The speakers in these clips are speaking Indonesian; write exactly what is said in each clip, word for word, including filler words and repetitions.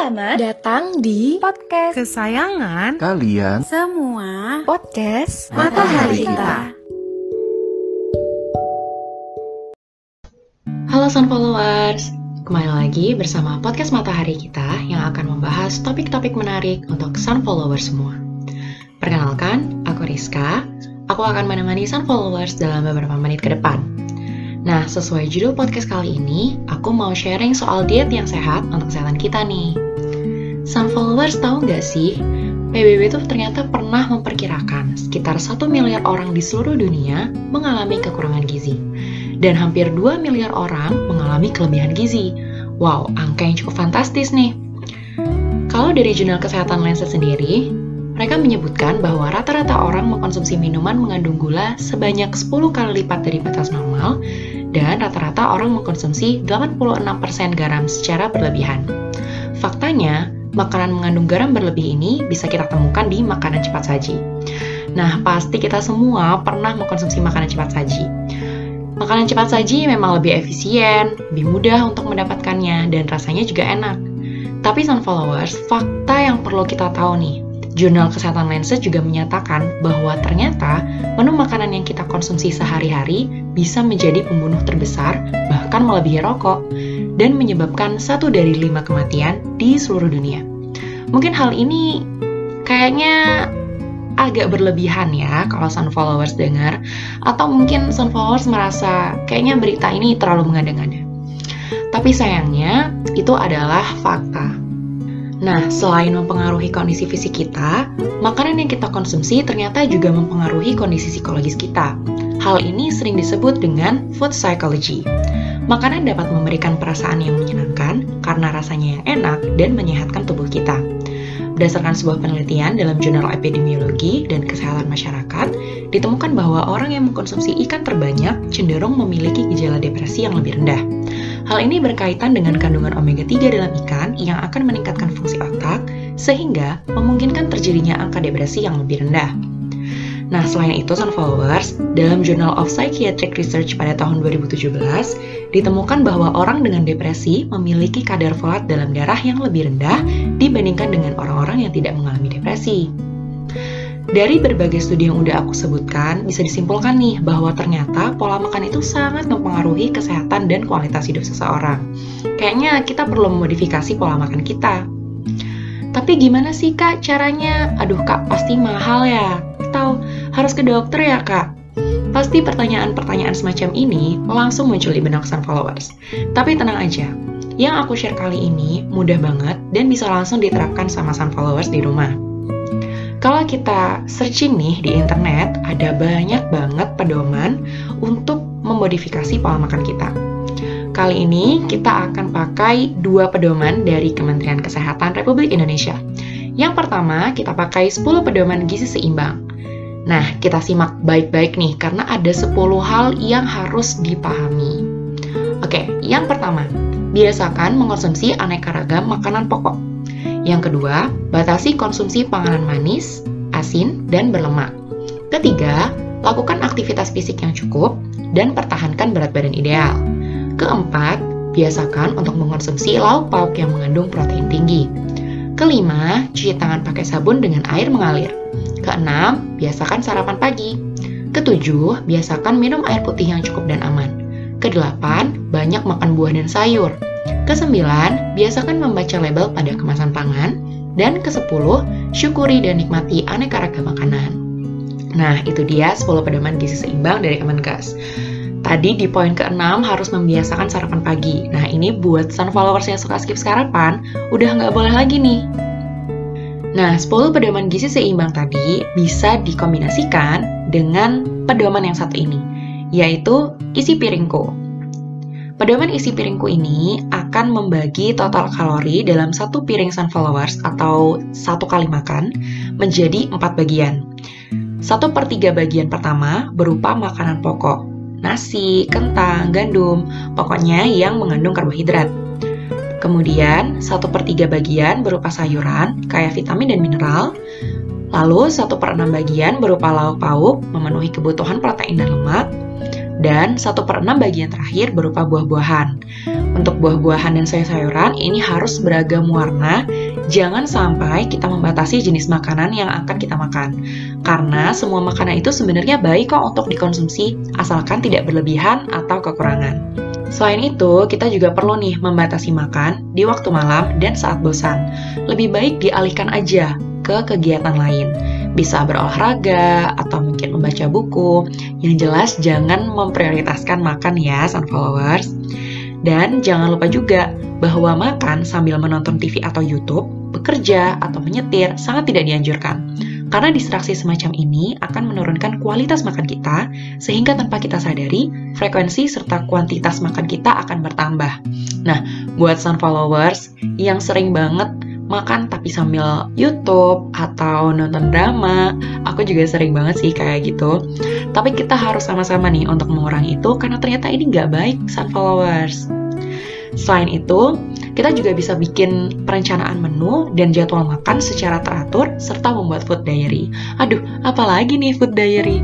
Selamat datang di podcast kesayangan kalian semua, podcast Matahari Kita. Halo Sun Followers, kembali lagi bersama podcast Matahari Kita yang akan membahas topik-topik menarik untuk Sun Followers semua. Perkenalkan, aku Rizka. Aku akan menemani Sun Followers dalam beberapa menit ke depan. Nah, sesuai judul podcast kali ini, aku mau sharing soal diet yang sehat untuk kesehatan kita nih. Sun Followers tahu nggak sih, P B B itu ternyata pernah memperkirakan sekitar satu miliar orang di seluruh dunia mengalami kekurangan gizi. Dan hampir dua miliar orang mengalami kelebihan gizi. Wow, angka yang cukup fantastis nih. Kalau dari jurnal kesehatan Lancet sendiri, mereka menyebutkan bahwa rata-rata orang mengkonsumsi minuman mengandung gula sebanyak sepuluh kali lipat dari batas normal, dan rata-rata orang mengkonsumsi delapan puluh enam persen garam secara berlebihan. Faktanya, makanan mengandung garam berlebih ini bisa kita temukan di makanan cepat saji. Nah, pasti kita semua pernah mengkonsumsi makanan cepat saji. Makanan cepat saji memang lebih efisien, lebih mudah untuk mendapatkannya, dan rasanya juga enak. Tapi Sun Followers, fakta yang perlu kita tahu nih, Jurnal Kesehatan Lancet juga menyatakan bahwa ternyata menu makanan yang kita konsumsi sehari-hari bisa menjadi pembunuh terbesar, bahkan melebihi rokok, dan menyebabkan satu dari lima kematian di seluruh dunia. Mungkin hal ini kayaknya agak berlebihan ya kalau Sun Followers dengar, atau mungkin Sun Followers merasa kayaknya berita ini terlalu mengada-ngada. Tapi sayangnya, itu adalah fakta. Nah, selain mempengaruhi kondisi fisik kita, makanan yang kita konsumsi ternyata juga mempengaruhi kondisi psikologis kita. Hal ini sering disebut dengan food psychology. Makanan dapat memberikan perasaan yang menyenangkan karena rasanya yang enak dan menyehatkan tubuh kita. Berdasarkan sebuah penelitian dalam jurnal epidemiologi dan kesehatan masyarakat, ditemukan bahwa orang yang mengkonsumsi ikan terbanyak cenderung memiliki gejala depresi yang lebih rendah. Hal ini berkaitan dengan kandungan omega tiga dalam ikan yang akan meningkatkan fungsi otak, sehingga memungkinkan terjadinya angka depresi yang lebih rendah. Nah, selain itu, Sun Followers, dalam Journal of Psychiatric Research pada tahun dua ribu tujuh belas, ditemukan bahwa orang dengan depresi memiliki kadar folat dalam darah yang lebih rendah dibandingkan dengan orang-orang yang tidak mengalami depresi. Dari berbagai studi yang udah aku sebutkan, bisa disimpulkan nih bahwa ternyata pola makan itu sangat mempengaruhi kesehatan dan kualitas hidup seseorang. Kayaknya kita perlu memodifikasi pola makan kita. Tapi gimana sih Kak caranya? Aduh Kak, pasti mahal ya? Atau harus ke dokter ya Kak? Pasti pertanyaan-pertanyaan semacam ini langsung muncul di benak Sun Followers. Tapi tenang aja, yang aku share kali ini mudah banget dan bisa langsung diterapkan sama Sun Followers di rumah. Kalau kita searching nih di internet, ada banyak banget pedoman untuk memodifikasi pola makan kita. Kali ini kita akan pakai dua pedoman dari Kementerian Kesehatan Republik Indonesia. Yang pertama, kita pakai sepuluh pedoman gizi seimbang. Nah, kita simak baik-baik nih, karena ada sepuluh hal yang harus dipahami. Oke, yang pertama, biasakan mengkonsumsi aneka ragam makanan pokok. Yang kedua, batasi konsumsi panganan manis, asin, dan berlemak. Ketiga, lakukan aktivitas fisik yang cukup dan pertahankan berat badan ideal. Keempat, biasakan untuk mengkonsumsi lauk pauk yang mengandung protein tinggi. Kelima, cuci tangan pakai sabun dengan air mengalir. Keenam, biasakan sarapan pagi. Ketujuh, biasakan minum air putih yang cukup dan aman. Kedelapan, banyak makan buah dan sayur. Kesembilan, biasakan membaca label pada kemasan pangan. Dan kesepuluh, syukuri dan nikmati aneka ragam makanan. Nah, itu dia sepuluh pedoman gizi seimbang dari Kemenkes. Tadi di poin keenam harus membiasakan sarapan pagi. Nah, ini buat Sun Followers yang suka skip sarapan, udah nggak boleh lagi nih. Nah, sepuluh pedoman gizi seimbang tadi bisa dikombinasikan dengan pedoman yang satu ini, yaitu isi piringku. Pedoman isi piringku ini akan membagi total kalori dalam satu piring Sun Followers atau satu kali makan menjadi empat bagian. Satu per tiga bagian pertama berupa makanan pokok, nasi, kentang, gandum, pokoknya yang mengandung karbohidrat. Kemudian, satu per tiga bagian berupa sayuran, kayak vitamin dan mineral. Lalu, satu per enam bagian berupa lauk pauk, memenuhi kebutuhan protein dan lemak. Dan satu per enam bagian terakhir berupa buah-buahan. Untuk buah-buahan dan sayur-sayuran ini harus beragam warna. Jangan sampai kita membatasi jenis makanan yang akan kita makan. Karena semua makanan itu sebenarnya baik kok untuk dikonsumsi, asalkan tidak berlebihan atau kekurangan. Selain itu, kita juga perlu nih membatasi makan di waktu malam dan saat bosan. Lebih baik dialihkan aja ke kegiatan lain. Bisa berolahraga, atau mungkin membaca buku. Yang jelas jangan memprioritaskan makan ya, Sunfollowers. Dan jangan lupa juga bahwa makan sambil menonton T V atau YouTube, bekerja, atau menyetir sangat tidak dianjurkan. Karena distraksi semacam ini akan menurunkan kualitas makan kita, sehingga tanpa kita sadari, frekuensi serta kuantitas makan kita akan bertambah. Nah, buat Sunfollowers yang sering banget makan tapi sambil YouTube atau nonton drama, aku juga sering banget sih kayak gitu. Tapi kita harus sama-sama nih untuk mengurangi itu, karena ternyata ini nggak baik, Sunfollowers. Selain itu, kita juga bisa bikin perencanaan menu dan jadwal makan secara teratur, serta membuat food diary. Aduh, apalagi nih food diary?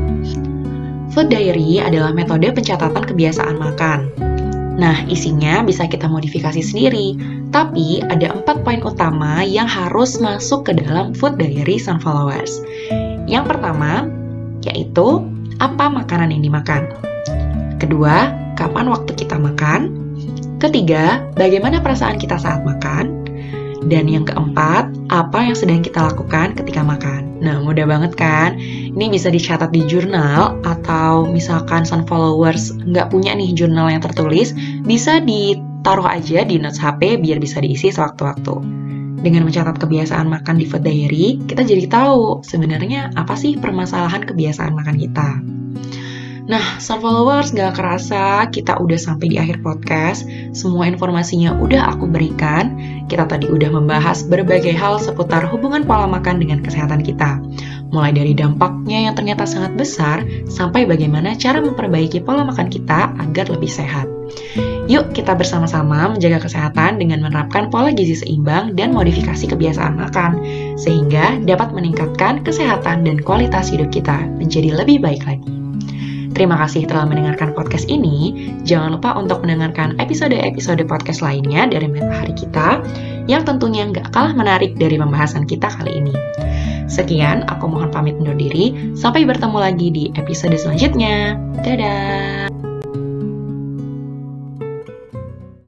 Food diary adalah metode pencatatan kebiasaan makan. Nah, isinya bisa kita modifikasi sendiri, tapi ada empat poin utama yang harus masuk ke dalam food diary Sunfollowers. Yang pertama, yaitu apa makanan yang dimakan. Kedua, kapan waktu kita makan. Ketiga, bagaimana perasaan kita saat makan. Dan yang keempat, apa yang sedang kita lakukan ketika makan. Nah, mudah banget kan? Ini bisa dicatat di jurnal, atau misalkan Sunfollowers nggak punya nih jurnal yang tertulis, bisa ditaruh aja di notes H P biar bisa diisi sewaktu-waktu. Dengan mencatat kebiasaan makan di food diary, kita jadi tahu sebenarnya apa sih permasalahan kebiasaan makan kita. Nah, Sunfollowers, gak kerasa kita udah sampai di akhir podcast. Semua informasinya udah aku berikan. Kita tadi udah membahas berbagai hal seputar hubungan pola makan dengan kesehatan kita. Mulai dari dampaknya yang ternyata sangat besar, sampai bagaimana cara memperbaiki pola makan kita agar lebih sehat. Yuk kita bersama-sama menjaga kesehatan dengan menerapkan pola gizi seimbang dan modifikasi kebiasaan makan, sehingga dapat meningkatkan kesehatan dan kualitas hidup kita menjadi lebih baik lagi. Terima kasih telah mendengarkan podcast ini. Jangan lupa untuk mendengarkan episode-episode podcast lainnya dari Matahari Kita, yang tentunya nggak kalah menarik dari pembahasan kita kali ini. Sekian, aku mohon pamit undur diri. Sampai bertemu lagi di episode selanjutnya. Dadah!